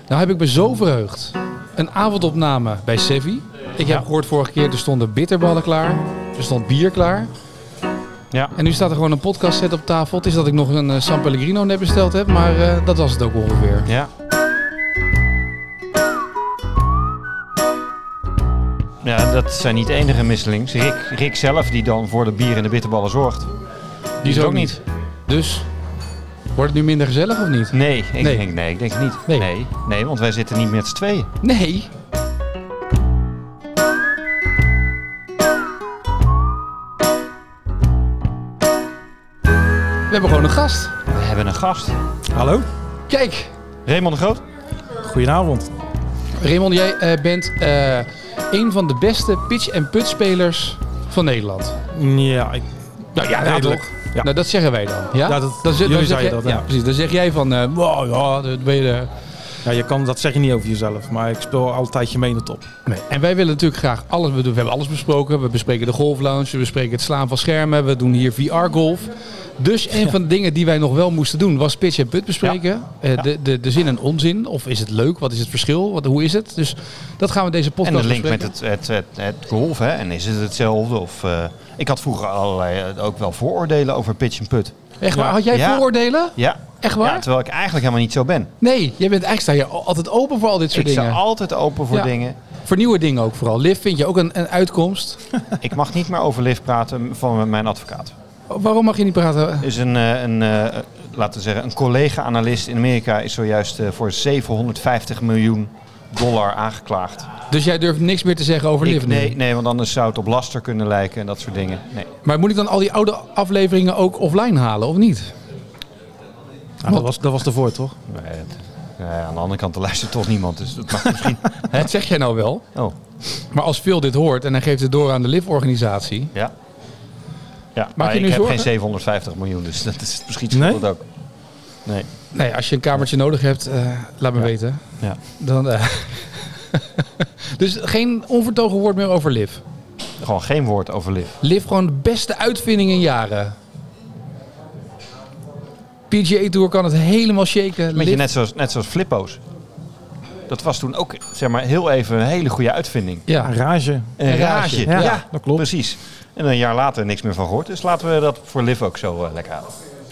Nou heb ik me zo verheugd. Een avondopname bij Sevi. Ik heb gehoord vorige keer, er stonden bitterballen klaar. Er stond bier klaar. Ja. En nu staat er gewoon een podcast set op tafel. Het is dat ik nog een San Pellegrino net besteld heb, maar dat was het ook ongeveer. Ja. Ja, dat zijn niet de enige misselings. Rick zelf, die dan voor de bier en de bitterballen zorgt. Die is ook niet. Dus, wordt het nu minder gezellig of niet? Nee, ik denk het niet. Nee, want wij zitten niet met z'n tweeën. Nee. We hebben gewoon een gast. We hebben een gast. Hallo, Kijk, Raymond de Groot. goedenavond. Raymond, jij bent een van de beste pitch-and-put spelers van Nederland. Ja, Nou ja, redelijk. toch? Ja. Nou, dat zeggen wij dan. Ja, Ja, dat- zeg jullie zeiden jij- dat, Ja, ja. precies. Dan zeg jij van, wow, ja, dat ben je Dat zeg je niet over jezelf, maar ik speel al een tijdje mee in de top. Nee. En wij willen natuurlijk graag alles. We hebben alles besproken. We bespreken de golflounge, we bespreken het slaan van schermen. We doen hier VR-golf. Dus een van de dingen die wij nog wel moesten doen was pitch en put bespreken. De zin en onzin. Of is het leuk? Wat is het verschil? Hoe is het? Dus dat gaan we deze En podcast de link bespreken. met het golf, hè? En is het hetzelfde? Of, ik had vroeger allerlei ook wel vooroordelen over pitch en put. Echt waar? Ja. Had jij Ja. vooroordelen? Ja. Echt waar? Ja, terwijl ik eigenlijk helemaal niet zo ben. Nee, jij bent eigenlijk sta je altijd open voor al dit soort Ik sta dingen. altijd open voor Ja. dingen. Voor nieuwe dingen ook vooral. Liv vind je ook een uitkomst. Ik mag niet meer over LIV praten van mijn advocaat. Waarom mag je niet praten? Is laten we zeggen, een collega-analyst in Amerika is zojuist voor $750 miljoen aangeklaagd. Dus jij durft niks meer te zeggen over Liv nu? Nee, want anders zou het op laster kunnen lijken en dat soort dingen. Nee. Maar moet ik dan al die oude afleveringen ook offline halen of niet? Ja, dat was ervoor, toch? Aan de andere kant luistert toch niemand, dus dat mag misschien. Dat zeg jij nou wel. Oh, Maar als Phil dit hoort en hij geeft het door aan de LIV-organisatie. ja. Ja, Maak maar je ik nu heb zorgen? geen 750 miljoen, dus dat is misschien Nee? dat ook. Nee. Nee, als je een kamertje nodig hebt, laat me weten. Ja. Dan, dus geen onvertogen woord meer over Liv. Gewoon geen woord over LIV. Liv gewoon de beste uitvinding in jaren. PGA Tour kan het helemaal shaken. Weet je, Liv- net zoals Flippo's. Dat was toen ook zeg maar, heel even een hele goede uitvinding. Ja, Een rage. Een rage. Ja, dat klopt. Precies. En een jaar later niks meer van gehoord. Dus laten we dat voor LIV ook zo lekker houden.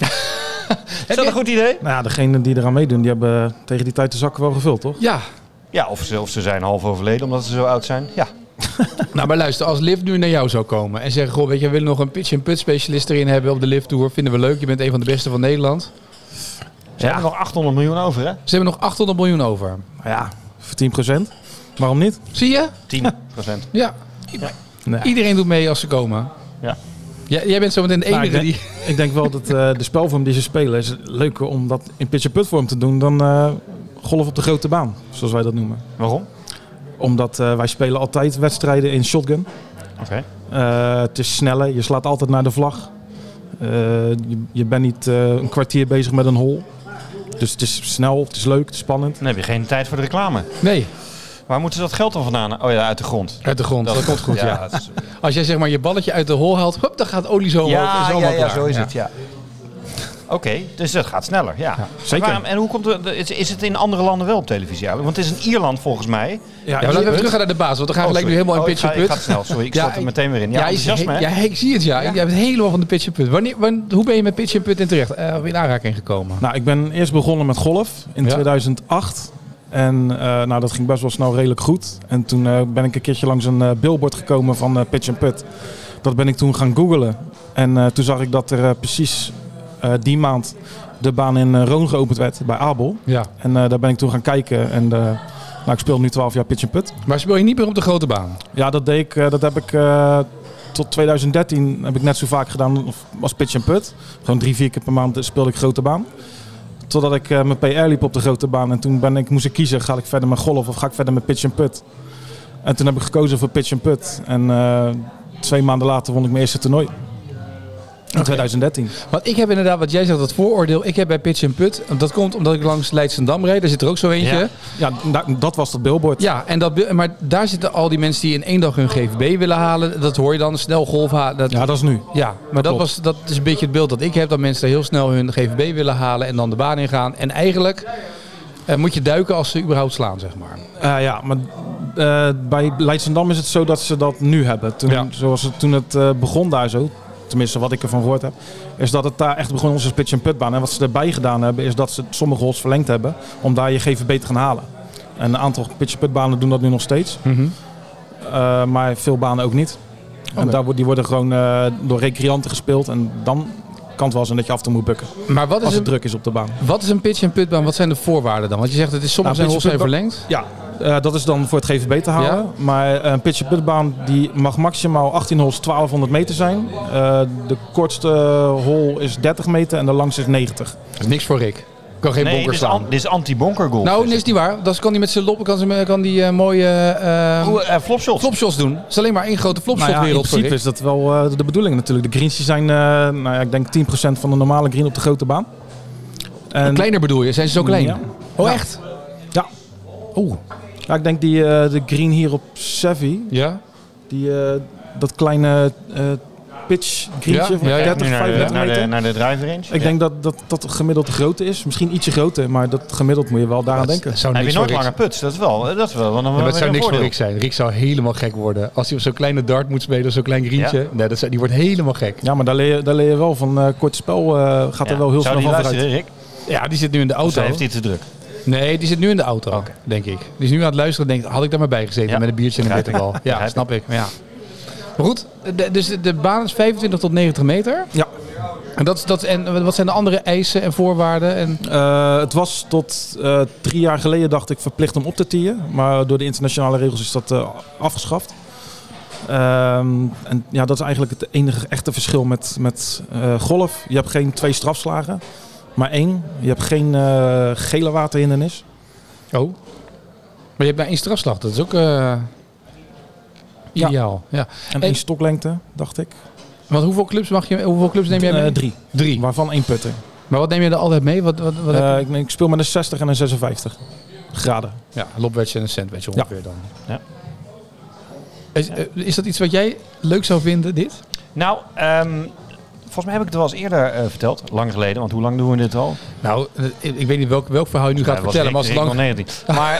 Is dat een goed idee? Nou ja, degenen die eraan meedoen, die hebben tegen die tijd de zakken wel gevuld, toch? ja. Ja, of ze zijn half overleden omdat ze zo oud zijn. Ja. Nou, maar luister, als Liv nu naar jou zou komen en zeggen, goh, weet je, we willen nog een pitch and put specialist erin hebben op de Liv Tour. Vinden we leuk, je bent een van de beste van Nederland. Ze hebben nog 800 miljoen over, hè? Ze hebben nog 800 miljoen over. Nou ja, voor 10%. Waarom niet? Zie je? 10%. Ja. Nee. Iedereen doet mee als ze komen. Ja. Jij bent zo meteen de Nou, enige die... ik denk wel dat de spelvorm die ze spelen is leuker om dat in pitch-and-put vorm te doen dan golf op de grote baan, zoals wij dat noemen. Waarom? Omdat wij spelen altijd wedstrijden in shotgun. Oké. Het is sneller, je slaat altijd naar de vlag. Je bent niet een kwartier bezig met een hole. Dus het is snel, het is leuk, het is spannend. Dan heb je geen tijd voor de reclame. Nee, Waar moeten ze dat geld dan vandaan? Oh ja, uit de grond. uit de grond. Dat komt goed, ja. dat is- Als jij zeg maar je balletje uit de hol haalt, hup, dan gaat olie zo omhoog en zo allemaal klaar. zo is Ja. het, ja. Oké, dus dat gaat sneller, ja. zeker. En hoe komt is het in andere landen wel op televisie eigenlijk? Want het is in Ierland volgens mij. Ja, maar laten we even terug gaan naar de basis, want dan gaan we gelijk nu helemaal in pitch and Ik ga put. snel, sorry. Ik stort er meteen weer in. Ja, Ja, enthousiasme, hè? ja, ik zie het, ja. Je hebt het helemaal van de pitch and put. Hoe ben je met pitch and put in terecht? In aanraking gekomen? Nou, ik ben eerst begonnen met golf in Ja. 2008. En nou, dat ging best wel snel redelijk goed. En toen ben ik een keertje langs een billboard gekomen van Pitch and Put. Dat ben ik toen gaan googlen. En toen zag ik dat er precies die maand de baan in Roon geopend werd bij Abel. Ja. En daar ben ik toen gaan kijken. En nou, ik speel nu 12 jaar Pitch and Put. Maar speel je niet meer op de grote baan? Ja, dat deed ik. Dat heb ik tot 2013 heb ik net zo vaak gedaan als Pitch and Put. Gewoon 3-4 keer per maand speelde ik grote baan. Totdat ik mijn PR liep op de grote baan. En toen moest ik kiezen, ga ik verder met golf of ga ik verder met pitch and put. En toen heb ik gekozen voor pitch and put. En 2 maanden later won ik mijn eerste toernooi. In 2013. Want ik heb inderdaad, wat jij zegt, dat vooroordeel. Ik heb bij pitch and put, dat komt omdat ik langs Leidschendam rijd. Daar zit er ook zo eentje. Ja. Ja, dat was dat billboard. Ja, maar daar zitten al die mensen die in 1 dag hun GVB willen halen. Dat hoor je dan, snel golf halen. Ja, dat is nu. Ja, maar dat is een beetje het beeld dat ik heb. Dat mensen daar heel snel hun GVB willen halen en dan de baan ingaan. En eigenlijk Moet je duiken als ze überhaupt slaan, zeg maar. Ja, maar bij Leidschendam is het zo dat ze dat nu hebben. Toen het begon daar zo, tenminste wat ik ervan gehoord heb, is dat het daar echt begon onze pitch en putbaan. En wat ze erbij gedaan hebben, is dat ze sommige holes verlengd hebben om daar je GVB te gaan halen. En een aantal pitch en putbanen doen dat nu nog steeds. Mm-hmm. Maar veel banen ook niet. En die worden gewoon door recreanten gespeeld. En dan kan het wel zijn dat je af en toe moet bukken. Maar als het druk is op de baan. Wat is een pitch en putbaan? Wat zijn de voorwaarden dan? Want je zegt dat sommige holes zijn verlengd. Ja, dat is dan voor het GVB te halen. Ja. Maar een pitch en putbaan die mag maximaal 18 holes 1200 meter zijn. De kortste hole is 30 meter en de langste is 90. Dat is niks voor Rick. Kan geen bonker slaan. Dit is anti-bonkergolf. Nou, nee, is niet waar. Dat kan hij met zijn loppen kan die mooie flopshots doen. Het is alleen maar één grote flopshot-wereld. In principe is dat wel de bedoeling natuurlijk. De greens die zijn, ik denk 10% van de normale green op de grote baan. En kleiner bedoel je? Zijn ze zo klein? Ja. Oh, echt? Ja. Ja, ik denk de green hier op Sevi. Ja. Dat kleine pitch greentje van 30, 35 meter. Naar de driver range. Ik denk dat gemiddeld de grootte is. Misschien ietsje groter, maar dat gemiddeld moet je wel daaraan denken. Heb je nooit langer puts? Dat is wel. Dat zou niks voor Rick zijn. Rick zou helemaal gek worden. Als hij op zo'n kleine dart moet spelen, zo'n klein greentje. Ja. Nee, die wordt helemaal gek. Ja, maar daar leer je wel van kort spel. Gaat er wel heel snel van vooruit. Rick? Ja, die zit nu in de auto. Of heeft hij te druk? Nee, die zit nu in de auto, denk ik. Die is nu aan het luisteren en denkt, had ik daar maar bij gezeten met een biertje en een bitterbal. Ja, snap ik. Ja. Maar goed, dus de baan is 25 tot 90 meter. Ja. En wat zijn de andere eisen en voorwaarden? Het was tot 3 jaar geleden, dacht ik, verplicht om op te teeën. Maar door de internationale regels is dat afgeschaft. En ja, dat is eigenlijk het enige echte verschil met golf. Je hebt geen 2 strafslagen, maar 1. Je hebt geen gele waterhindernis. Oh. Maar je hebt maar 1 strafslag, dat is ook ideaal. Ja. En 1 stoklengte, dacht ik. Want hoeveel clubs neem jij mee? 3. Waarvan 1 putter. Maar wat neem je er altijd mee? Ik speel met een 60 en een 56 graden. Ja, een lopwedge en een sandwedge ongeveer dan. Ja. Is dat iets wat jij leuk zou vinden, dit? Nou, volgens mij heb ik het wel eens eerder verteld. Lang geleden, want hoe lang doen we dit al? Nou, ik weet niet welk verhaal je nu gaat vertellen. Maar als het lang... 19. Maar...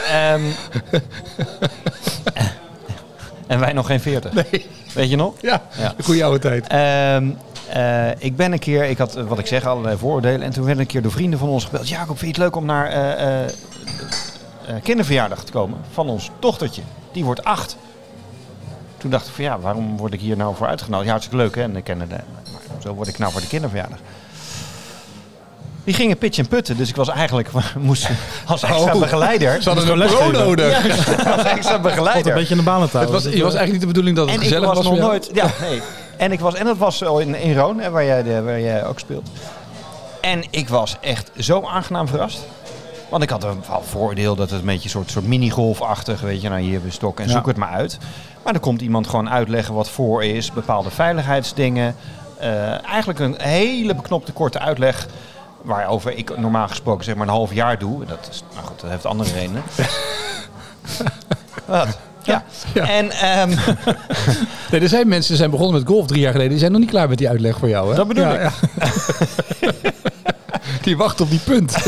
en wij nog geen 40. Nee. Weet je nog? Ja, de goede oude tijd. Ik ben een keer, ik had wat ik zeg, allerlei vooroordelen. En toen werden een keer door vrienden van ons gebeld. Jacob, vind je het leuk om naar kinderverjaardag te komen van ons dochtertje? Die wordt 8. Toen dacht ik van ja, waarom word ik hier nou voor uitgenodigd? Ja, hartstikke leuk hè. En maar zo word ik nou voor de kinderverjaardag. Die gingen pitchen en putten, dus ik was eigenlijk als extra begeleider. Ze hadden een pro nodig. Ja, als extra begeleider. Een beetje in de banen touwen. Het was eigenlijk niet de bedoeling dat het gezellig was. En ik was nog nooit. Ja, nee. En dat was in Roon, waar jij ook speelt. En ik was echt zo aangenaam verrast. Want ik had een voordeel dat het een beetje een soort minigolfachtig, weet je, nou hier hebben we stok en zoek het maar uit. Maar dan komt iemand gewoon uitleggen wat voor is, bepaalde veiligheidsdingen. Eigenlijk een hele beknopte korte uitleg. Waarover ik normaal gesproken zeg maar een half jaar doe. Dat is, nou goed, dat heeft andere redenen. Wat? Ja. En, nee, er zijn mensen die zijn begonnen met golf 3 jaar geleden. Die zijn nog niet klaar met die uitleg voor jou. Hè? Dat bedoel ik. Ja. Die wachten op die punt.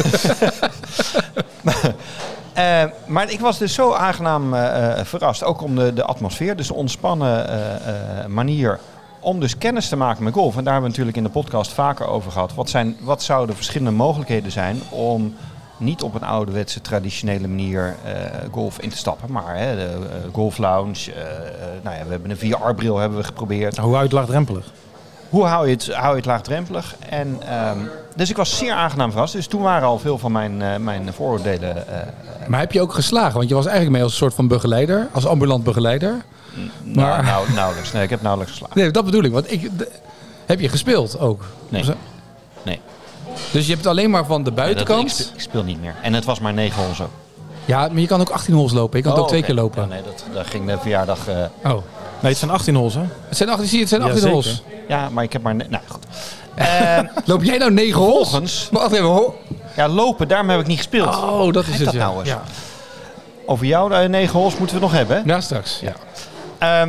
Maar ik was dus zo aangenaam verrast. Ook om de atmosfeer. Dus de ontspannen manier om dus kennis te maken met golf. En daar hebben we natuurlijk in de podcast vaker over gehad. Wat zouden verschillende mogelijkheden zijn om niet op een ouderwetse traditionele manier golf in te stappen. Maar de golf lounge. We hebben een VR-bril hebben we geprobeerd. Hoe hou je het laagdrempelig? Hoe hou je het laagdrempelig? En, dus ik was zeer aangenaam verrast. Dus toen waren al veel van mijn vooroordelen... Maar heb je ook geslagen? Want je was eigenlijk mee als een soort van begeleider. Als ambulant begeleider. Nauwelijks. Nee, ik heb nauwelijks geslagen. Nee, dat bedoel ik. Want heb je gespeeld ook? Nee. Dus je hebt het alleen maar van de buitenkant? Ik speel niet meer. En het was maar 9 holes ook. Ja, maar je kan ook 18 holes lopen. Je kan het ook 2 keer lopen. Ja, nee, dat ging de verjaardag... Nee, het zijn 18 holes, hè? Het zijn 18 holes. Ja, maar ik heb maar... Nou, goed. Loop jij nou 9 holes? Volgens... Wacht even. Ja, lopen, daarom heb ik niet gespeeld. Oh, dat is het, ja. Nou eens? Ja. Over jou 9 holes moeten we nog hebben, hè? Ja, straks. Ja.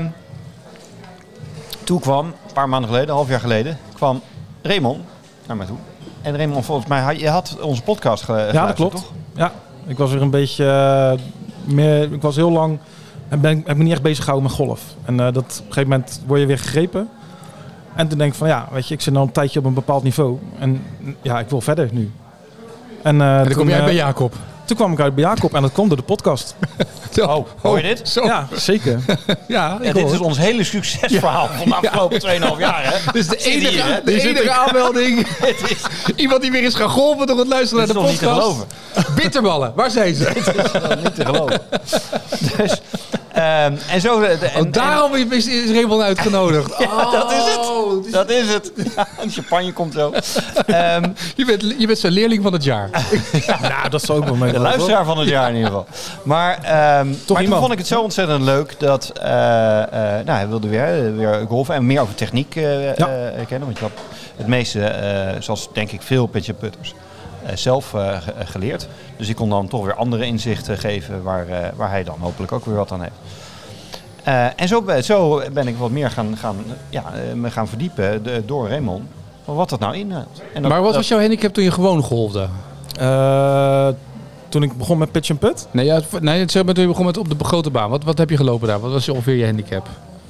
Toen kwam, een paar maanden geleden, een half jaar geleden, kwam Raymond naar mij toe. En Raymond, volgens mij, je had onze podcast geluisterd, ja, dat klopt. toch? Ja, Ik was weer een beetje meer... Ik was heel lang... heb me niet echt bezig gehouden met golf. En dat, op een gegeven moment word je weer gegrepen. En toen denk ik van ja, weet je, ik zit al een tijdje op een bepaald niveau. En ja, ik wil verder nu. En dan kom je uit bij Jacob. Toen kwam ik uit bij Jacob en dat kwam door de podcast. Oh, hoor je dit? Zo. Ja, zeker. Ja, Dit is ons hele succesverhaal van de afgelopen 2,5 jaar. Hè? Dus de enige, Zie je, enige aanmelding. Iemand die weer is gaan golven door het luisteren Dit naar de is toch podcast. niet te geloven? Bitterballen, waar zijn ze? Dit is wel niet te geloven. Dus, en zo... Daarom is Raymond uitgenodigd. Ja, dat is het. Dat is het. Ja, champagne komt zo. Je bent zo'n leerling van het jaar. Nou, dat zou ook wel mee. De luisteraar van het jaar in ieder geval. Maar toen vond ik het zo ontzettend leuk dat hij wilde weer golfen en meer over techniek kennen. Want je had het meeste, zoals denk ik veel pitch-and-putters, zelf geleerd. Dus ik kon dan toch weer andere inzichten geven waar hij dan hopelijk ook weer wat aan heeft. En zo ben ik wat meer me gaan verdiepen door Raymond. Wat dat nou inhoudt. Maar wat was jouw handicap toen je gewoon golfde? Toen ik begon met pitch and put? Zeg maar toen je begon met op de grote baan. Wat heb je gelopen daar? Wat was ongeveer je handicap?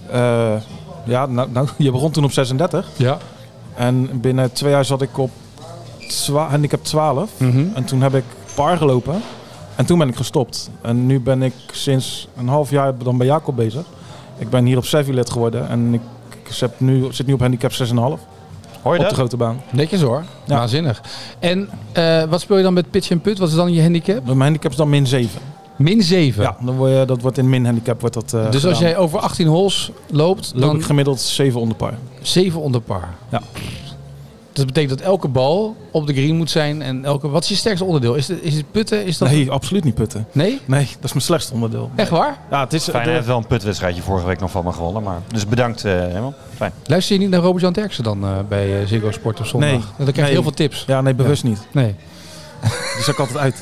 Je begon toen op 36. Ja. En binnen 2 jaar zat ik op handicap 12. Mm-hmm. En toen heb ik par gelopen. En toen ben ik gestopt. En nu ben ik sinds een half jaar dan bij Jacob bezig. Ik ben hier op Sevi lid geworden. En ik zit nu op handicap 6,5. Hoor je op dat? de grote baan. Netjes hoor. Ja. Waanzinnig. En wat speel je dan met pitch and put? Wat is dan je handicap? Mijn handicap is dan min 7. Min 7? Ja, dat wordt in min handicap. Wordt dat, dus gedaan. als jij over 18 holes loopt, loop dan ik gemiddeld 7 onder par. 7 onder par. Ja. Dus dat betekent dat elke bal op de green moet zijn. En wat is je sterkste onderdeel? Is het putten? Is dat... Nee, absoluut niet putten. Nee? Nee, dat is mijn slechtste onderdeel. Echt waar? Ja, het is Fijn, hij heeft wel een putwedstrijdje vorige week nog van me gewonnen. Maar, dus bedankt, Raymond. Fijn. Luister je niet naar Robert-Jan Derksen dan bij Ziggo Sport op zondag? Nee. Dan krijg je heel veel tips. Ja, nee, bewust niet. Nee. Die zet ik altijd uit.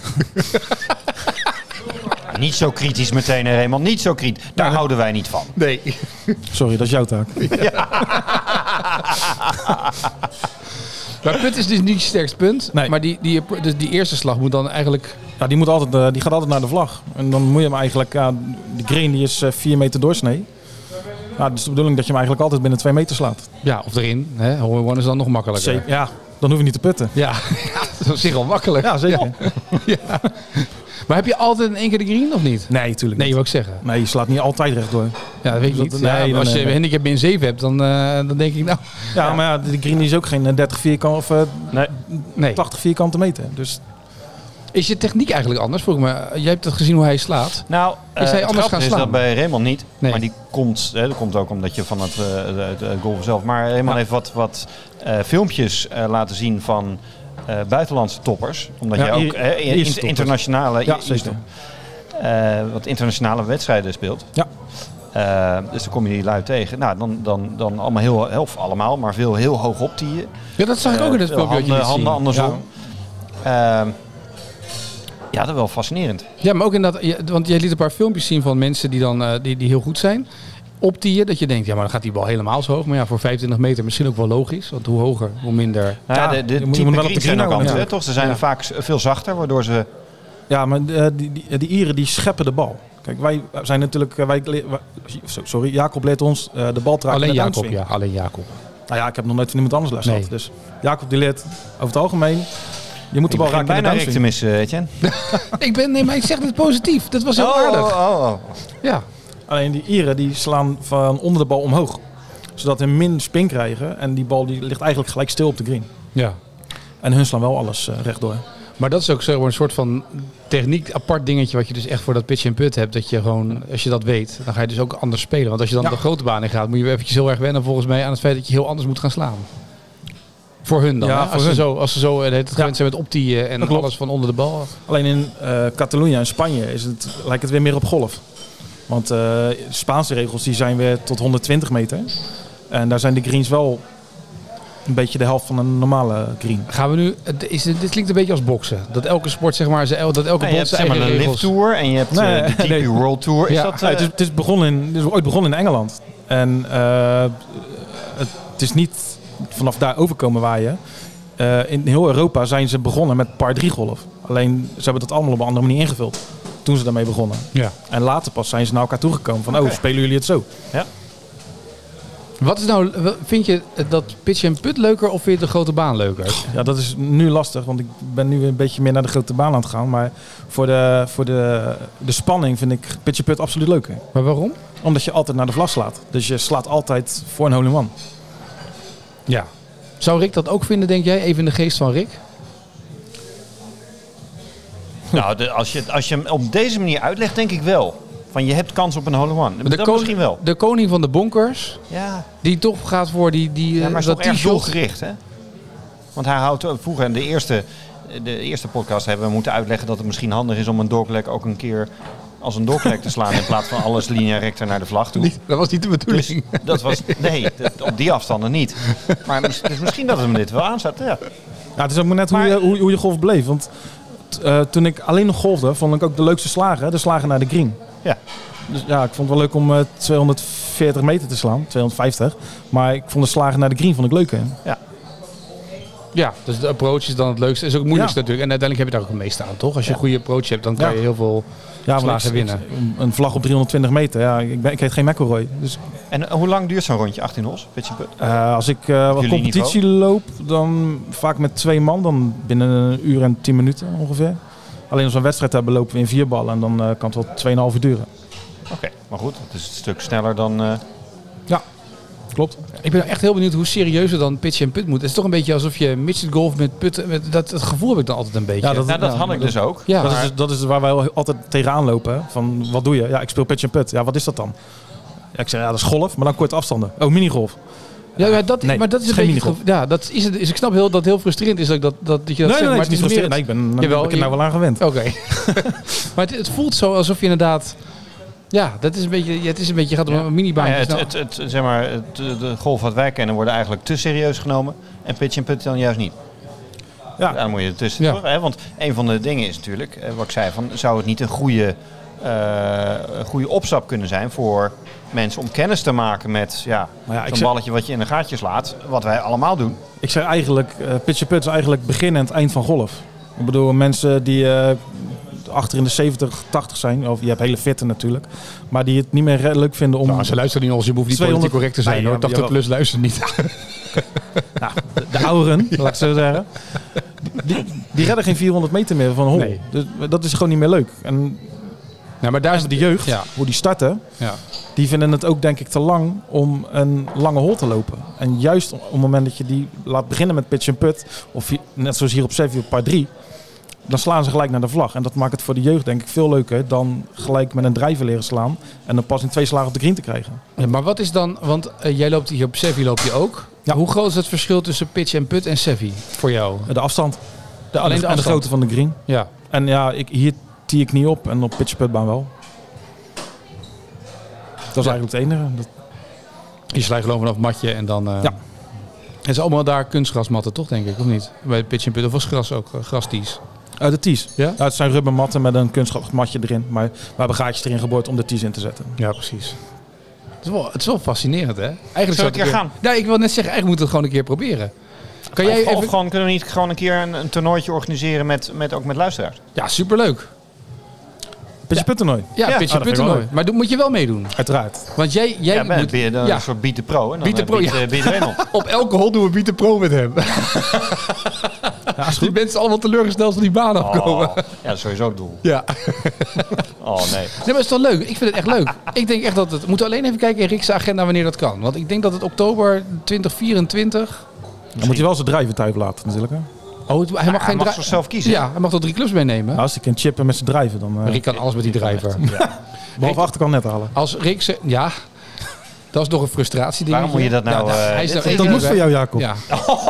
Niet zo kritisch meteen, Raymond. Niet zo kritisch. Daar houden wij niet van. Nee. Sorry, dat is jouw taak. Maar put is dus niet je sterkste punt. Nee. Maar dus die eerste slag moet dan eigenlijk... Ja, die gaat altijd naar de vlag. En dan moet je hem eigenlijk... die green die is 4 meter doorsnee. Ja, dus de bedoeling dat je hem eigenlijk altijd binnen 2 meter slaat. Ja, of erin. Hè? Hole one is dan nog makkelijker. Zeker. Ja, dan hoef je niet te putten. Ja, dat is op zich al makkelijk. Ja, zeker. Ja. Maar heb je altijd in één keer de green of niet? Nee, natuurlijk Nee, niet. wou ik zeggen. Nee, je slaat niet altijd rechtdoor. Ja, dat weet ik niet. Nee, Als je handicap min 7 hebt, dan denk ik nou... Ja, maar ja, de green is ook geen 30 vierkant of Nee. 80 vierkante meter. Dus Is je techniek eigenlijk anders? Volgens mij, jij hebt het gezien hoe hij slaat. Nou, Is hij anders gaan is slaan? dat bij Raymond niet. Nee. Maar dat komt ook omdat je van het golven zelf... Maar Raymond heeft wat filmpjes laten zien van buitenlandse toppers. Omdat je ook internationale... Ja, zeker. wat internationale wedstrijden speelt. Ja. Dus dan kom je die lui tegen. Nou, dan allemaal of allemaal, maar veel heel hoog op die. Ja, dat zag ik ook in het filmpje. Handen andersom. Ja, dat is wel fascinerend. Ja, maar ook inderdaad, want jij liet een paar filmpjes zien van mensen die dan die heel goed zijn. Op die dat je denkt, ja, maar dan gaat die bal helemaal zo hoog. Maar ja, voor 25 meter misschien ook wel logisch. Want hoe hoger, hoe minder. Nou, de je moet type wel op de greens zijn green ook houden, anders, toch? Ze zijn vaak veel zachter, waardoor ze... Ja, maar die Ieren die scheppen de bal. Kijk, wij zijn natuurlijk... Sorry, Jacob leert ons de bal te raken. Alleen met Jacob, downswing. ja. Alleen Jacob. Nou ja, ik heb nog nooit van iemand anders les Nee. gehad. Dus Jacob die leert over het algemeen... Je moet de bal raken in de bijna downswing. rectum is, Etienne. Nee, maar ik zeg het positief. Dat was heel aardig. Ja. Alleen die Ieren die slaan van onder de bal omhoog. Zodat ze min spin krijgen. En die bal die ligt eigenlijk gelijk stil op de green. Ja. En hun slaan wel alles rechtdoor. Maar dat is ook zo een soort van techniek, apart dingetje wat je dus echt voor dat pitch and put hebt. Dat je gewoon, als je dat weet, dan ga je dus ook anders spelen. Want als je dan de grote baan in gaat, moet je eventjes heel erg wennen volgens mij aan het feit dat je heel anders moet gaan slaan. Voor hun dan, Ja, hè? Als ze zo het gewend zijn met optieën en alles van onder de bal. Alleen in Catalonië en Spanje lijkt het weer meer op golf. Want de Spaanse regels die zijn weer tot 120 meter. En daar zijn de greens wel een beetje de helft van een normale green. Gaan we nu, dit klinkt een beetje als boksen. Dat elke sport, zeg maar, dat elke Je bot hebt zijn een eigen regels. lift tour en je hebt de DP World Tour. Ja. Het is ooit begonnen in Engeland. En het is niet vanaf daar overkomen waaien. in heel Europa zijn ze begonnen met par 3 golf. Alleen ze hebben dat allemaal op een andere manier ingevuld. Toen ze daarmee begonnen. Ja. En later pas zijn ze naar elkaar toegekomen. Van, spelen jullie het zo? Ja. Wat is nou, vind je dat pitch en put leuker of vind je de grote baan leuker? Ja, dat is nu lastig. Want ik ben nu een beetje meer naar de grote baan aan het gaan. Maar voor de spanning vind ik pitch en put absoluut leuker. Maar waarom? Omdat je altijd naar de vlag slaat. Dus je slaat altijd voor een hole-in-one. Ja. Zou Rick dat ook vinden, denk jij? Even in de geest van Rick? Nou, als je hem op deze manier uitlegt, denk ik wel. Van je hebt kans op een hole-in-one. Dat misschien wel. De koning van de bonkers, Ja. die toch gaat voor die Ja, maar is toch erg shot. doelgericht, hè? Want hij houdt vroeger in de eerste podcast hebben we moeten uitleggen dat het misschien handig is om een doorklik ook een keer als een doorklik te slaan in plaats van alles linea recta naar de vlag toe. Dat was niet de bedoeling. Dus dat was op die afstanden niet. Maar dus misschien dat het me dit wel aanzet. Ja. Ja, het is ook maar net hoe je golf beleeft. Want toen ik alleen nog golfde, vond ik ook de leukste slagen, de slagen naar de green. Ja. Dus ja, ik vond het wel leuk om 240 meter te slaan, 250. Maar ik vond de slagen naar de green vond ik leuker. Ja. Ja, dus de approach is dan het leukste. Is ook het moeilijkste natuurlijk. En uiteindelijk heb je daar ook het meeste aan, toch? Als je een goede approach hebt, dan kan je heel veel slagen winnen. Een vlag op 320 meter. Ja, ik heet geen McIlroy. Dus, En hoe lang duurt zo'n rondje? 18 holes? Pitch and put? als ik wat competitie loop, dan vaak met 2 man. Dan binnen een uur en 10 minuten ongeveer. Alleen als we een wedstrijd hebben, lopen we in 4 ballen. En dan kan het wel 2,5 uur duren. Oké, maar goed. Het is een stuk sneller dan... Ja, klopt. Ik ben echt heel benieuwd hoe serieus er dan pitch en put moet. Het is toch een beetje alsof je midget golf met putten... Dat gevoel heb ik dan altijd een beetje. Ja, dat had ik dus ook. Ja. Dat is waar wij altijd tegenaan lopen. Hè? Van, wat doe je? Ja, ik speel pitch en put. Ja, wat is dat dan? Ja, ik zeg, ja, dat is golf, maar dan korte afstanden. Oh, minigolf. Ja, maar dat is geen een beetje... minigolf. Ja, dat is het. Dus ik snap dat het heel frustrerend is dat je dat zegt. Nee, maar het is niet frustrerend. Nee, ik ben er nou wel aan gewend. Oké. Maar het voelt zo alsof je inderdaad... Ja, dat is een beetje... Het is een beetje... Je gaat op een minibaan. Zeg maar, de golf wat wij kennen worden eigenlijk te serieus genomen. En pitch en put dan juist niet. Ja. Daar moet je tussen. Ja. Hè? Want een van de dingen is natuurlijk, wat ik zei, van, zou het niet een goede opstap kunnen zijn voor mensen om kennis te maken met zo'n balletje wat je in een gaatje slaat. Wat wij allemaal doen. Ik zeg eigenlijk, pitch en put is eigenlijk begin en het eind van golf. Ik bedoel, mensen die achter in de 70, 80 zijn, of je hebt hele fitte natuurlijk, maar die het niet meer leuk vinden om... Nou, ze luisteren niet als je hoeft niet politiek correct te zijn, hoor. 80 plus luisteren niet. Nou, de ouderen, laat ik zo zeggen, die redden geen 400 meter meer van een hol. Nee. Dus dat is gewoon niet meer leuk. En maar daar is de jeugd, hoe die starten, die vinden het ook denk ik te lang om een lange hol te lopen. En juist op het moment dat je die laat beginnen met pitch en put, of net zoals hier op Sevi op par 3, dan slaan ze gelijk naar de vlag. En dat maakt het voor de jeugd denk ik veel leuker dan gelijk met een drijver leren slaan en dan pas in 2 slagen op de green te krijgen. Ja, maar wat is dan, want jij loopt hier op Sevi loop je ook. Ja. Hoe groot is het verschil tussen pitch en put en Sevi voor jou? De afstand. Alleen de en de grootte van de green. Ja. En ja, hier tie ik niet op en op pitch en putbaan wel. Dat is eigenlijk het enige. Je slijt gewoon vanaf het matje en dan... Het is allemaal daar kunstgrasmatten toch, denk ik, of niet? Bij pitch en put of was gras ook, grasties? De tees. Ja? Het zijn rubbermatten met een kunstgrasmatje erin. Maar we hebben gaatjes erin geboord om de tees in te zetten. Ja, precies. Het is wel fascinerend, hè? Eigenlijk zou ik een keer gaan? Ja, ik wil net zeggen, eigenlijk moeten we het gewoon een keer proberen. Kunnen we niet gewoon een keer een toernooitje organiseren ook met luisteraars? Ja, superleuk. Pitch en put toernooi? Ja, pitch en put toernooi. Maar moet je wel meedoen. Uiteraard. Want jij moet... Ben je dan een soort Beat the Pro? En dan Beat Raymond. Op elke hol doen we Beat the Pro met hem. Als die mensen allemaal teleurgesteld van die baan afkomen. Ja, dat is sowieso het doel. Ja. Oh nee. Nee, maar het is toch leuk? Ik vind het echt leuk. Ik denk echt dat het... We moeten alleen even kijken in Rick's agenda wanneer dat kan. Want ik denk dat het oktober 2024... Dan moet je wel zijn drijventuig laten natuurlijk. Hè? Oh, hij mag zichzelf kiezen. Ja, hij mag toch 3 clubs meenemen? Nou, als hij kan chippen met zijn drijven, dan... Rick kan alles met die drijver. Ja. Behalve achterkant net halen. Als Rick zegt... Ja, dat is nog een frustratie. Waarom moet je dat nou... dat moet voor jou, Jacob. Ja.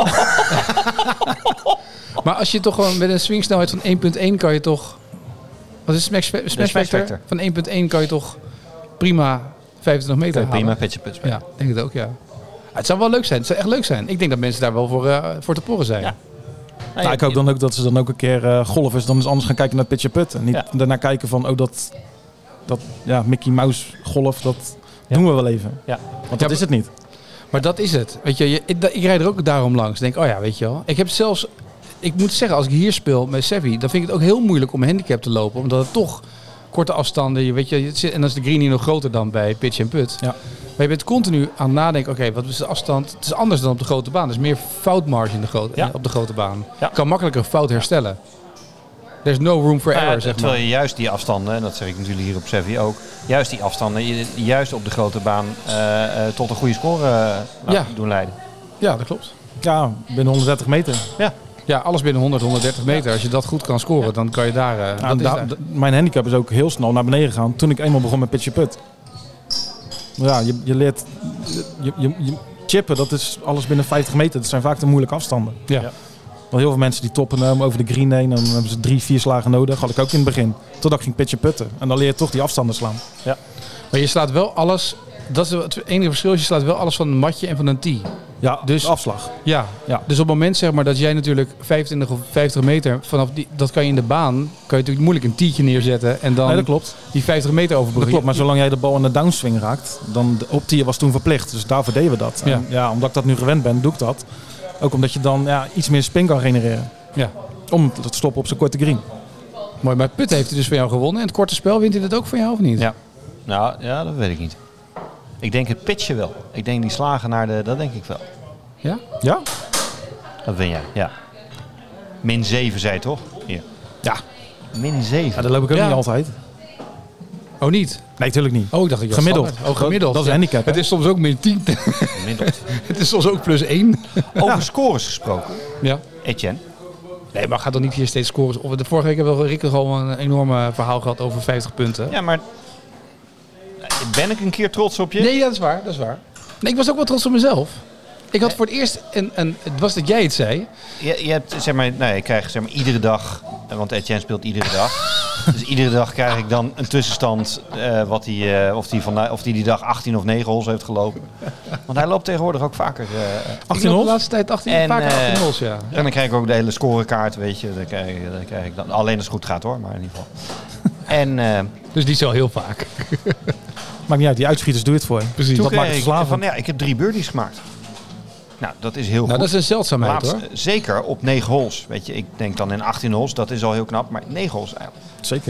Maar als je toch gewoon met een swingsnelheid van 1.1 kan je toch... Wat is smash factor? Van 1.1 kan je toch prima 25 meter halen. Prima pitch en put spelen. Ja, denk het ook, ja. Het zou wel leuk zijn. Het zou echt leuk zijn. Ik denk dat mensen daar wel voor te porren zijn. Ja. Nou, ik hoop dan ook dat ze dan ook een keer golfers dan eens anders gaan kijken naar pitch en put. En niet daarna kijken van, dat Mickey Mouse golf, dat doen we wel even. Ja. Want dat is het niet. Maar dat is het. Weet je, ik rijd er ook daarom langs. Denk, oh ja, weet je wel. Ik heb zelfs, ik moet zeggen, als ik hier speel met Sevi, dan vind ik het ook heel moeilijk om een handicap te lopen. Omdat het toch korte afstanden, weet je, en dan is de green hier nog groter dan bij pitch en put. Ja. Maar je bent continu aan het nadenken, oké, wat is de afstand? Het is anders dan op de grote baan. Er is meer foutmarge op de grote baan. Ja. Je kan makkelijker fout herstellen. There's no room for error, zeg maar. Terwijl je juist die afstanden, en dat zeg ik natuurlijk hier op Sevi ook, juist die afstanden, juist op de grote baan tot een goede score doen leiden. Ja, dat klopt. Ja, binnen 130 meter. Ja, alles binnen 130 meter. Als je dat goed kan scoren, dan kan je daar... Mijn handicap is ook heel snel naar beneden gegaan toen ik eenmaal begon met pitch and put. Ja, je leert... Je chippen, dat is alles binnen 50 meter. Dat zijn vaak de moeilijke afstanden. Ja. Wel heel veel mensen die toppen over de green heen. Dan hebben ze 3-4 slagen nodig. Had ik ook in het begin. Totdat ik ging pitch and putten. En dan leer je toch die afstanden slaan. Ja. Maar je slaat wel alles... Dat is het enige verschil. Je slaat wel alles van een matje en van een tee. Ja, dus de afslag. Ja. Dus op het moment zeg maar dat jij natuurlijk 25 of 50 meter vanaf dat kan je in de baan, kan je natuurlijk moeilijk een teetje neerzetten en dan dat klopt. Die 50 meter overbruggen. Dat klopt, maar zolang jij de bal aan de downswing raakt, dan de op-tier was toen verplicht. Dus daarvoor deden we dat. Ja. En omdat ik dat nu gewend ben, doe ik dat. Ook omdat je dan iets meer spin kan genereren. Ja. Om te stoppen op zijn korte green. Mooi, maar Put heeft hij dus van jou gewonnen. En het korte spel, wint hij dat ook van jou of niet? Ja. Nou, ja, dat weet ik niet. Ik denk het pitchen wel. Ik denk die slagen naar de... Dat denk ik wel. Ja? Ja? Dat win jij, ja. -7 zei je toch? Hier. Ja. -7. Ja, dat loop ik ook niet altijd. Oh, niet? Nee, natuurlijk niet. Oh, ik dacht ik gemiddeld. Gemiddeld. Dat is een handicap. Het is soms ook -10. Gemiddeld. Het is soms ook +1. Over scores gesproken. Ja. Etienne. Nee, maar gaat dan niet hier steeds scoren. Of de vorige week hebben we Rick gewoon een enorme verhaal gehad over 50 punten. Ja, maar... Ben ik een keer trots op je? Nee, dat is waar. Dat is waar. Nee, ik was ook wel trots op mezelf. Ik had voor het eerst, het was dat jij het zei. Je hebt, zeg maar, ik krijg zeg maar iedere dag, want Etienne speelt iedere dag. Dus iedere dag krijg ik dan een tussenstand of die dag 18 of 9 holes heeft gelopen. Want hij loopt tegenwoordig ook vaker. 18 holes? De laatste tijd 18, vaker 18 holes, ja. En dan krijg ik ook de hele scorekaart, weet je. Dan krijg ik dan, alleen als het goed gaat hoor, maar in ieder geval. En, dus niet zo heel vaak. Maakt niet uit, die uitschieters doe je het voor je. Precies. Toen kreeg ik ik heb 3 birdies gemaakt. Nou, dat is heel goed. Dat is een zeldzaamheid hoor. Zeker op 9 holes. Weet je, ik denk dan in 18 holes, dat is al heel knap, maar 9 holes eigenlijk. Zeker.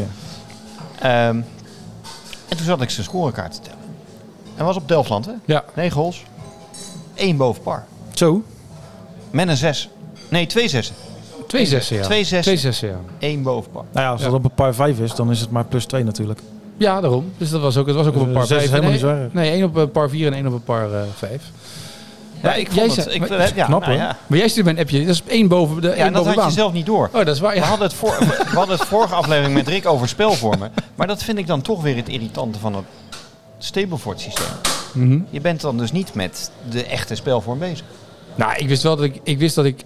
En toen zat ik zijn scorekaart te tellen. En was op Delftland, hè? Ja. 9 holes. 1 boven par. Zo? Met een 6. Nee, 2 6. 2 6, ja. 2 6, ja. 1 boven par. Nou ja, als dat op een par 5 is, dan is het maar +2 natuurlijk. Ja, daarom. Dus het was ook op een par 5. Helemaal niet zwaar. Nee, 1 op een par 4 en 1 op een par 5. Ja, ik vond het... knap hoor. Ja. Maar jij stuurt mijn appje. Dat is 1 boven de 1 en dat boven had je zelf niet door. Oh, dat is waar. Ja. We hadden het vorige aflevering met Rick over spelvormen. Maar dat vind ik dan toch weer het irritante van het Stableford systeem. Mm-hmm. Je bent dan dus niet met de echte spelvorm bezig. Nou, ik wist dat ik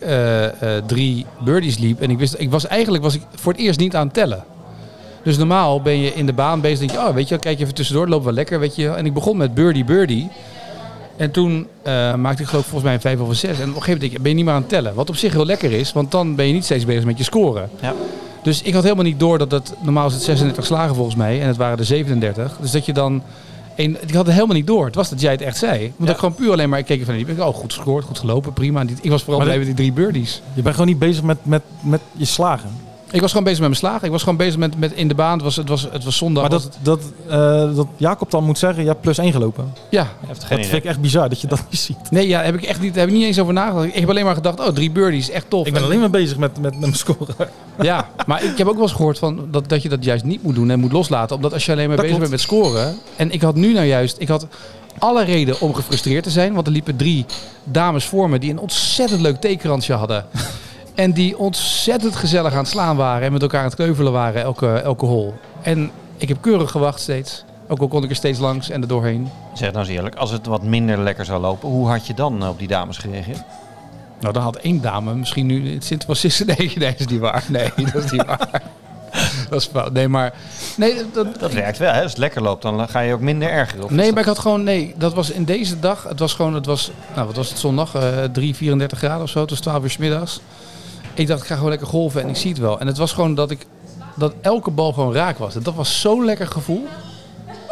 3 birdies liep. En ik was voor het eerst niet aan het tellen. Dus normaal ben je in de baan bezig. Denk je, oh, weet je, kijk even tussendoor, het loopt wel lekker, weet je. En ik begon met birdie. En toen maakte ik volgens mij een 5 of een 6. En op een gegeven moment ben je niet meer aan het tellen. Wat op zich heel lekker is, want dan ben je niet steeds bezig met je scoren. Ja. Dus ik had helemaal niet door dat het, normaal is het 36 slagen volgens mij. En het waren er 37. Dus dat je dan... ik had het helemaal niet door. Het was dat jij het echt zei. Omdat ik gewoon puur alleen maar... Ik keek van die... Oh, goed gescoord, goed gelopen, prima. Ik was vooral blij met die 3 birdies. Je bent gewoon niet bezig met je slagen. Ik was gewoon bezig met mijn slagen. Ik was gewoon bezig met in de baan. Het was zondag. Maar dat Jacob dan moet zeggen, je hebt +1 gelopen. Ja. Dat vind ik echt bizar dat je dat niet ziet. Nee, ja, heb ik niet eens over nagedacht. Ik heb alleen maar gedacht, 3 birdies, echt tof. Ik ben alleen maar bezig met mijn scoren. Ja, maar ik heb ook wel eens gehoord van dat je dat juist niet moet doen en moet loslaten. Omdat als je alleen maar bezig bent met scoren. En ik had alle reden om gefrustreerd te zijn. Want er liepen 3 dames voor me die een ontzettend leuk theekransje hadden. En die ontzettend gezellig aan het slaan waren en met elkaar aan het keuvelen waren elke hole. En ik heb keurig gewacht steeds. Ook al kon ik er steeds langs en er doorheen. Zeg nou eens eerlijk, als het wat minder lekker zou lopen, hoe had je dan op die dames gereageerd? Nou, dan had 1 dame misschien nu het Sint-Francische. Nee, dat is niet waar. Nee, dat is niet waar. Dat is fout. Nee, maar... Nee, dat werkt wel, hè? Als het lekker loopt, dan ga je ook minder ergeren. Nee, maar ik had gewoon... Nee, dat was in deze dag... Het was, nou, wat was het zondag? 34 graden of zo. Het was 12 uur 's middags. Ik dacht, ik ga gewoon lekker golven en ik zie het wel. En het was gewoon dat elke bal gewoon raak was. En dat was zo'n lekker gevoel.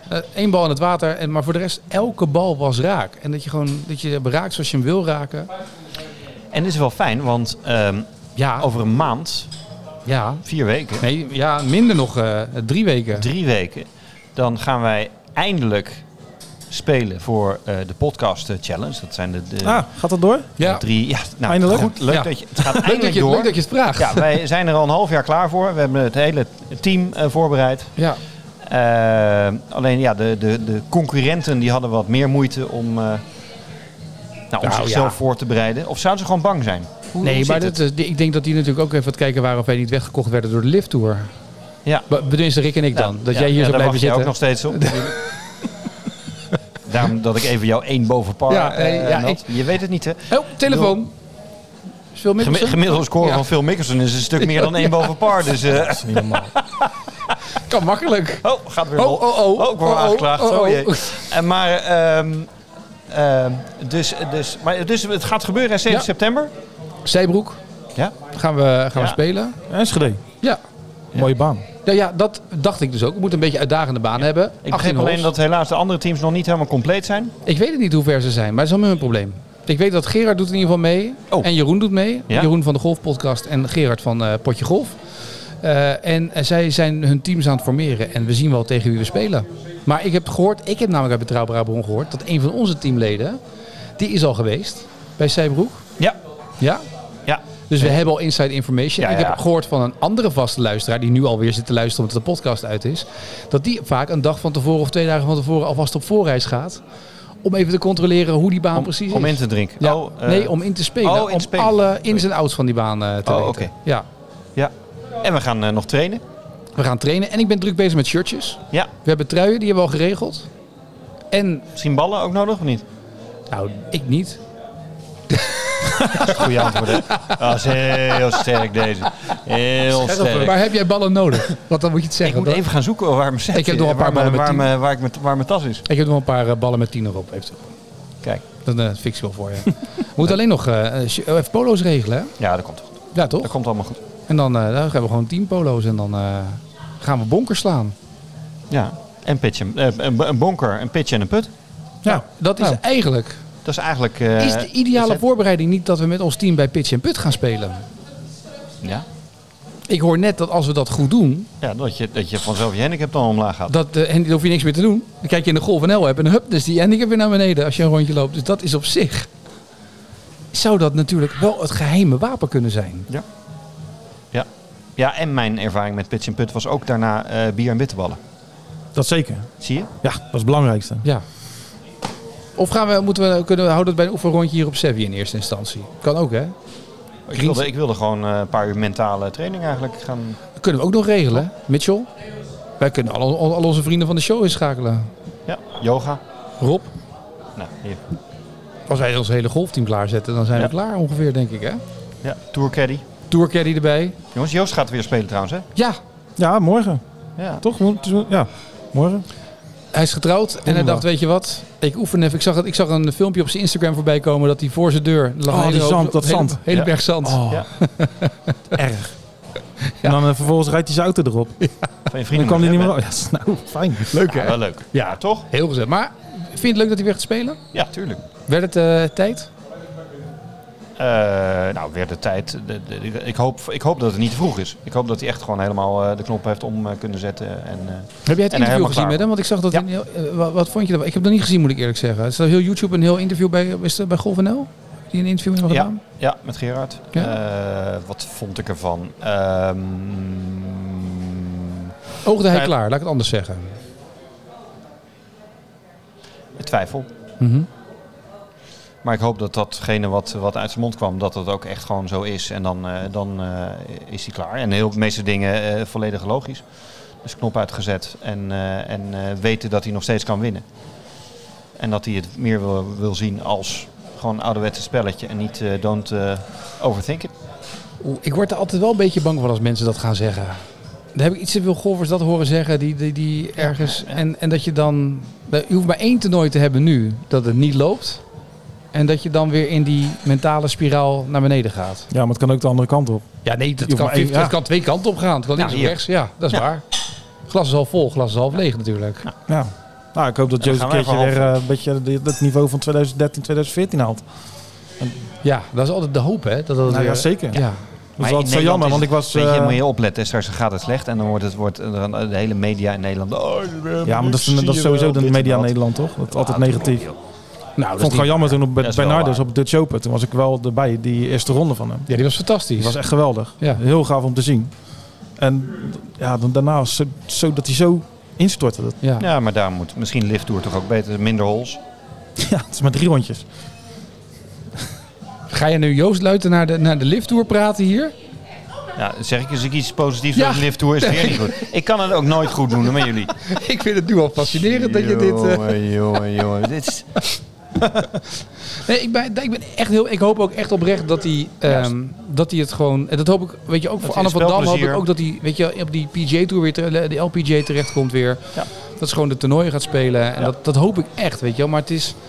1 bal in het water. Maar voor de rest, elke bal was raak. En dat je raakt zoals je hem wil raken. En dit is wel fijn, want over een maand, 4 weken. Nee, minder nog, 3 weken. 3 weken. Dan gaan wij eindelijk spelen voor de podcast challenge. Dat zijn gaat dat door? Ja. 3. Ja, nou, eindelijk. Goed, leuk dat je het gaat eindelijk door. Leuk dat je het vraagt. Ja, wij zijn er al een half jaar klaar voor. We hebben het hele team voorbereid. Ja. Alleen de concurrenten die hadden wat meer moeite om zichzelf voor te bereiden. Of zouden ze gewoon bang zijn? Hoe maar ik denk dat die natuurlijk ook even aan het kijken waren of wij niet weggekocht werden door de Lift Tour. Ja. Tenminste Rick en ik dan. Dat jij hier zou blijven zitten. Daar wacht je ook nog steeds op. Daarom dat ik even jou 1 boven par je weet het niet, hè? Oh, telefoon. Gemiddelde score van Phil Mickelson is een stuk meer dan 1 boven par. Dus, dat is niet normaal. Kan makkelijk. Gaat weer rol. Ik word aangeklaagd. Dus het gaat gebeuren 7 september. Zeebroek. Ja. Gaan we spelen. Enschede. Ja. Mooie baan. Ja, dat dacht ik dus ook. We moeten een beetje uitdagende baan hebben. Ik begreep alleen dat helaas de andere teams nog niet helemaal compleet zijn. Ik weet het niet hoe ver ze zijn, maar dat is allemaal mijn probleem. Ik weet dat Gerard doet in ieder geval mee. En Jeroen doet mee. Ja? Jeroen van de Golfpodcast en Gerard van Potje Golf. En zij zijn hun teams aan het formeren. En we zien wel tegen wie we spelen. Maar ik heb namelijk uit Betrouwbare Bron gehoord dat een van onze teamleden, die is al geweest bij Zeebroek. Ja. Ja? Ja. Dus we hebben al inside information. Ja, ik heb gehoord van een andere vaste luisteraar, die nu alweer zit te luisteren omdat de podcast uit is, dat die vaak een dag van tevoren of 2 dagen van tevoren alvast op voorreis gaat. Om even te controleren hoe die baan precies is. Om in te drinken? Ja. Nee, om in te spelen. Om alle ins en outs van die baan te weten. Okay. Ja. En we gaan nog trainen. We gaan trainen. En ik ben druk bezig met shirtjes. Ja. We hebben truien, die hebben we al geregeld. En misschien ballen ook nodig of niet? Nou, ik niet. Goeie antwoord, hè? Dat is heel sterk deze. Heel sterk. Maar heb jij ballen nodig? Want dan moet je het zeggen. Ik moet even gaan zoeken waar mijn set is. Ik heb nog een paar ballen met 10. Waar mijn tas is. Ik heb nog een paar ballen met 10 erop. Eventueel. Kijk. Dan fix ik wel voor je. We moeten alleen nog even polo's regelen, hè? Ja, dat komt goed. Ja, toch? Dat komt allemaal goed. En dan hebben we gewoon 10 polo's en dan gaan we bonkers slaan. Ja, en pitchen. Een bonker, een pitch en een put. Ja, dat is eigenlijk... Dat is eigenlijk... is de ideale voorbereiding niet dat we met ons team bij pitch en put gaan spelen? Ja. Ik hoor net dat als we dat goed doen... Ja, dat je vanzelf je handicap dan omlaag gaat. En dan hoef je niks meer te doen. Dan kijk je in de Golf NL app en hup, dus die handicap weer naar beneden als je een rondje loopt. Dus dat is op zich... Zou dat natuurlijk wel het geheime wapen kunnen zijn. Ja. Ja, en mijn ervaring met pitch en put was ook daarna bier en bitterballen. Dat zeker. Zie je? Ja, dat is het belangrijkste. Ja. Of kunnen we houden het bij een oefenrondje hier op Sevi in eerste instantie? Kan ook, hè? Ik wilde gewoon een paar uur mentale training eigenlijk gaan... Dat kunnen we ook nog regelen, Mitchell. Wij kunnen al onze vrienden van de show inschakelen. Ja, yoga. Rob. Nou, hier. Als wij ons hele golfteam klaarzetten, dan zijn we klaar ongeveer, denk ik, hè? Ja, tourcaddy. Tourcaddy erbij. Jongens, Joost gaat weer spelen trouwens, hè? Ja. Ja, morgen. Ja. Toch? Ja, morgen. Hij is getrouwd en hij dacht, weet je wat? Ik oefen even. Ik zag een filmpje op zijn Instagram voorbij komen dat hij voor zijn deur lag. Hele berg zand. Oh. Ja. Erg. Ja. En dan vervolgens rijdt hij zijn auto erop. Ja. Van je vrienden. Dan kan hij niet meer... Ja, nou, fijn. Leuk, hè? Wel leuk. Ja, toch? Heel gezellig. Maar vind je het leuk dat hij weer gaat spelen? Ja, tuurlijk. Werd het tijd? Werd de tijd. Ik hoop dat het niet te vroeg is. Ik hoop dat hij echt gewoon helemaal de knop heeft om kunnen zetten. Heb jij het interview gezien met hem? Want ik zag dat. Ja. Wat vond je ervan? Ik heb het nog niet gezien, moet ik eerlijk zeggen. Er staat heel YouTube een heel interview bij Golf NL? Die een interview met hem gedaan? Ja, met Gerard. Ja? Wat vond ik ervan? Oogde hij klaar? Laat ik het anders zeggen. Twijfel. Mm-hmm. Maar ik hoop dat datgene wat uit zijn mond kwam, dat dat ook echt gewoon zo is. En dan is hij klaar. En de meeste dingen volledig logisch. Dus knop uitgezet en weten dat hij nog steeds kan winnen. En dat hij het meer wil zien als gewoon een ouderwetse spelletje en niet don't overthink it. Ik word er altijd wel een beetje bang van als mensen dat gaan zeggen. Dan heb ik iets te veel golfers dat horen zeggen die ergens... Ja. En dat je dan... Je hoeft maar 1 toernooi te hebben nu dat het niet loopt. En dat je dan weer in die mentale spiraal naar beneden gaat. Ja, maar het kan ook de andere kant op. Ja, nee, het kan 2 kanten op gaan. Het kan links of rechts. Ja, dat is waar. Glas is half vol, glas is half leeg natuurlijk. Ja. Nou, ik hoop dat Joost een gaan we keertje even weer een beetje het niveau van 2013, 2014 haalt. Ja, dat is altijd de hoop, hè? Dat Nou ja, zeker. Ja. Dat is altijd zo jammer, want ik was... Weet je, moet je opletten, straks gaat het slecht en dan wordt de hele media in Nederland... Ja, maar dat is sowieso de media in Nederland, toch? Dat is altijd negatief. Nou, Ik vond het gewoon jammer toen dat bij is wel Bernardus waar. op Dutch Open. Toen was ik wel erbij, die eerste ronde van hem. Ja, die was fantastisch. Dat was echt geweldig. Ja. Heel gaaf om te zien. En ja, daarna was zo dat hij zo instortte. Dat, Ja. Ja, maar daar moet misschien Lift Tour toch ook beter, minder holes. ja, het is maar 3 rondjes. Ga je nu Joost Luiten naar de Lift Tour praten hier? Ja, zeg ik eens iets positiefs Ja. over de Lift Tour, is het weer niet goed. Ik kan het ook nooit goed doen met jullie. Ik vind het nu al fascinerend dat je dit... Jongen. Dit is... Nee, ik ben echt heel... Ik hoop ook echt oprecht dat hij het gewoon... En dat hoop ik, weet je, ook voor hij Anne van Dam hoop ik spelplezier- ook dat hij, weet je, op die PGA Tour weer, de LPGA terechtkomt weer. Ja. Dat ze gewoon de toernooien gaat spelen. En Ja. dat hoop ik echt, weet je wel. Maar het is...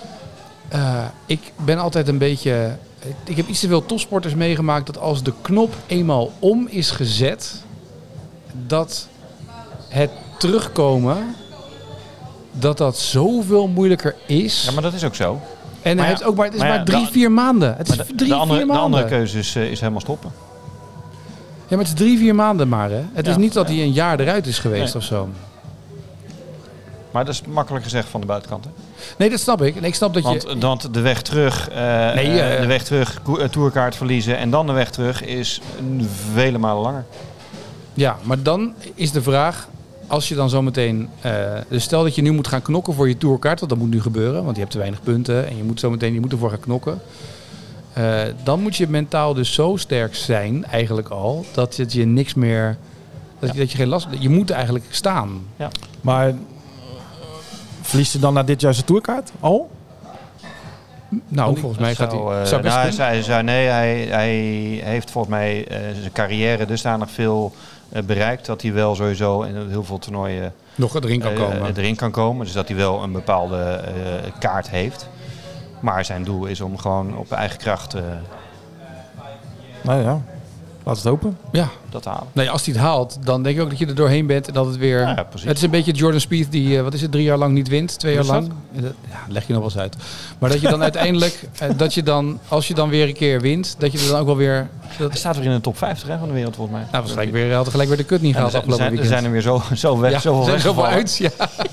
ik ben altijd een beetje... Ik heb iets te veel topsporters meegemaakt dat als de knop eenmaal om is gezet, dat het terugkomen, dat zoveel moeilijker is. Ja, maar dat is ook zo. En Maar hij ja, heeft ook maar, het is maar ja, maar 3-4 maanden. Het is Maar 3-4 de maanden. andere keuze is helemaal stoppen. Ja, maar het is 3-4 maanden maar, hè. Het is Ja, niet dat hij een jaar eruit is geweest Nee. of zo. Maar dat is makkelijk gezegd van de buitenkant. Hè? Nee, dat snap ik. En ik snap dat je... Want de weg terug, de weg terug, tourkaart verliezen en dan de weg terug is vele malen langer. Ja, maar dan is de vraag, als je dan zometeen... dus stel dat je nu moet gaan knokken voor je tourkaart, want dat moet nu gebeuren, want je hebt te weinig punten en je moet ervoor gaan knokken. Dan moet je mentaal dus zo sterk zijn, eigenlijk al, dat het je niks meer... Dat je geen last... Je moet eigenlijk staan. Maar verliest hij dan na dit jaar zijn tourkaart al? Nou, volgens mij gaat hij... zou best kunnen. hij zei nee, hij heeft volgens mij zijn carrière dusdanig veel bereikt dat hij wel sowieso in heel veel toernooien Nog erin kan komen. Dus dat hij wel een bepaalde kaart heeft. Maar zijn doel is om gewoon op eigen kracht Nou ja, laat het hopen. Ja. dat te halen. Nee, als hij het haalt, dan denk ik ook dat je er doorheen bent en dat het weer... Ja, precies. Het is een beetje Jordan Spieth die, 3 jaar lang niet wint, 2 jaar Hoe is lang. Ja, leg je nog wel eens uit. Maar dat je dan uiteindelijk, als je dan weer een keer wint, dat je er dan ook wel weer... Hij staat weer in de top 50 van de wereld volgens mij. Nou, waarschijnlijk had gelijk weer de kut niet gehaald afgelopen er weekend. zijn er weer zo weg, ja, zoveel er zijn zoveel weggevallen. uit, ja.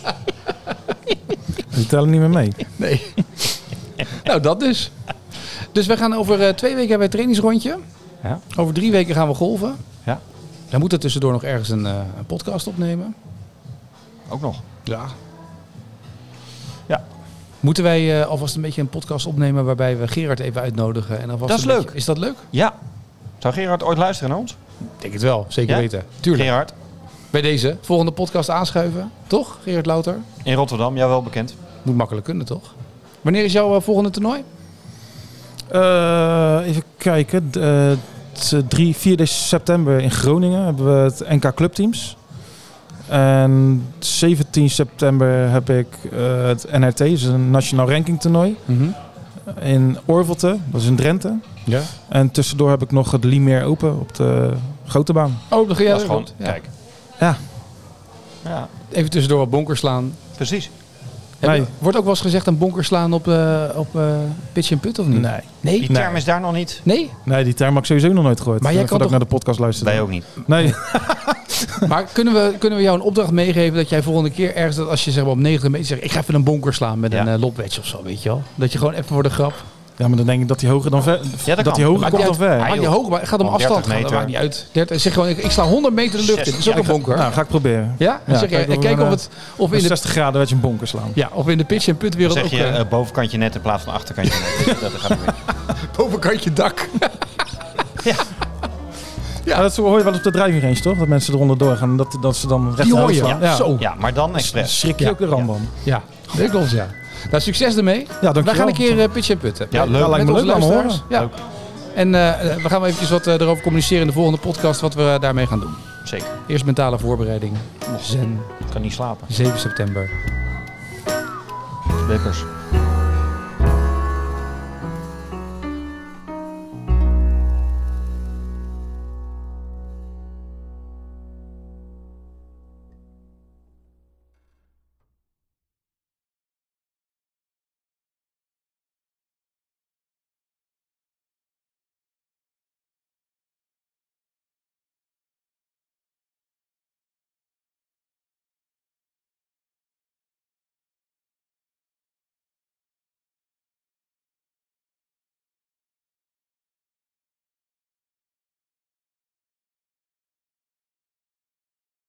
Die tellen niet meer mee. Nee. Nou, dat dus. Dus we gaan over 2 weken hebben we een trainingsrondje. Ja. Over 3 weken gaan we golven. Ja, Dan moeten we tussendoor nog ergens een podcast opnemen. ook nog. Ja. Ja. Moeten wij alvast een beetje een podcast opnemen waarbij we Gerard even uitnodigen? En alvast Dat is een leuk. beetje- Is dat leuk? Ja. Zou Gerard ooit luisteren naar ons? Ik denk het wel, zeker Ja? weten. Tuurlijk. Gerard, Bij deze volgende podcast aanschuiven. Toch, Gerard Louter? in Rotterdam, jou wel bekend. Moet makkelijk kunnen, toch? Wanneer is jouw volgende toernooi? Even kijken. 4 september in Groningen hebben we het NK Clubteams. En 17 september heb ik het NRT, dat is een nationaal ranking toernooi. In Orvelte, dat is in Drenthe. Ja. En tussendoor heb ik nog het Limeer Open op de grote baan. Oh, dan ga jij Dat is gewoon, goed. Ja. kijk. Ja. Ja, Even tussendoor wat bonker slaan. precies. Nee. Wordt ook wel eens gezegd een bonker slaan op pitch en put of niet? Nee. Nee? Die term is daar nog niet. Nee? Nee, die term heb ik sowieso nog nooit gehoord. Maar jij kan Voordat toch- ik naar de podcast luisterde. Wij ook niet. Nee. Maar kunnen we jou een opdracht meegeven dat jij volgende keer ergens, dat als je zeg maar op 90 meter zegt, ik ga even een bonker slaan met Ja. een lobwedge of zo, weet je wel? Dat je gewoon even voor de grap. Ja, maar dan denk ik dat hij hoger dan ver. Ja, dat dat kan. hij hoger Maakt komt niet dan uit. ver. Maakt niet hoog, maar het gaat om Gewoon 30 afstand. Dat meter. maakt niet uit. 30, zeg gewoon, ik sla 100 meter de lucht in. Dat is ook een bonker. Nou, ga ik proberen. Ja? Dan Ja, zeg je, kijk of kijk we of het of Met in de 60 graden werd je een bonker slaan. ja, of in de pitch en put Dan wereld zeg ook je bovenkantje net in plaats van achterkantje net. Dat gaat niet meer. bovenkantje dak. Ja, dat hoor je wel op de driving range, toch? Dat mensen eronder doorgaan. Dat ze dan recht Die hoor naar je. slaan. Ja. Zo. Ja, maar dan expres. Schrik je Ja. ook de rambam. Ja, dat klopt, ja. Nou, succes ermee. Ja, dankjewel. Wij gaan een keer pitch en putten. Ja, leuk. Ja, lijkt me Met leuk. onze Laat me luisteraars. horen. Ja. En we gaan wel eventjes wat erover communiceren in de volgende podcast wat we daarmee gaan doen. Zeker. Eerst mentale voorbereiding. Zen, Ik kan niet slapen. 7 september. Wippers.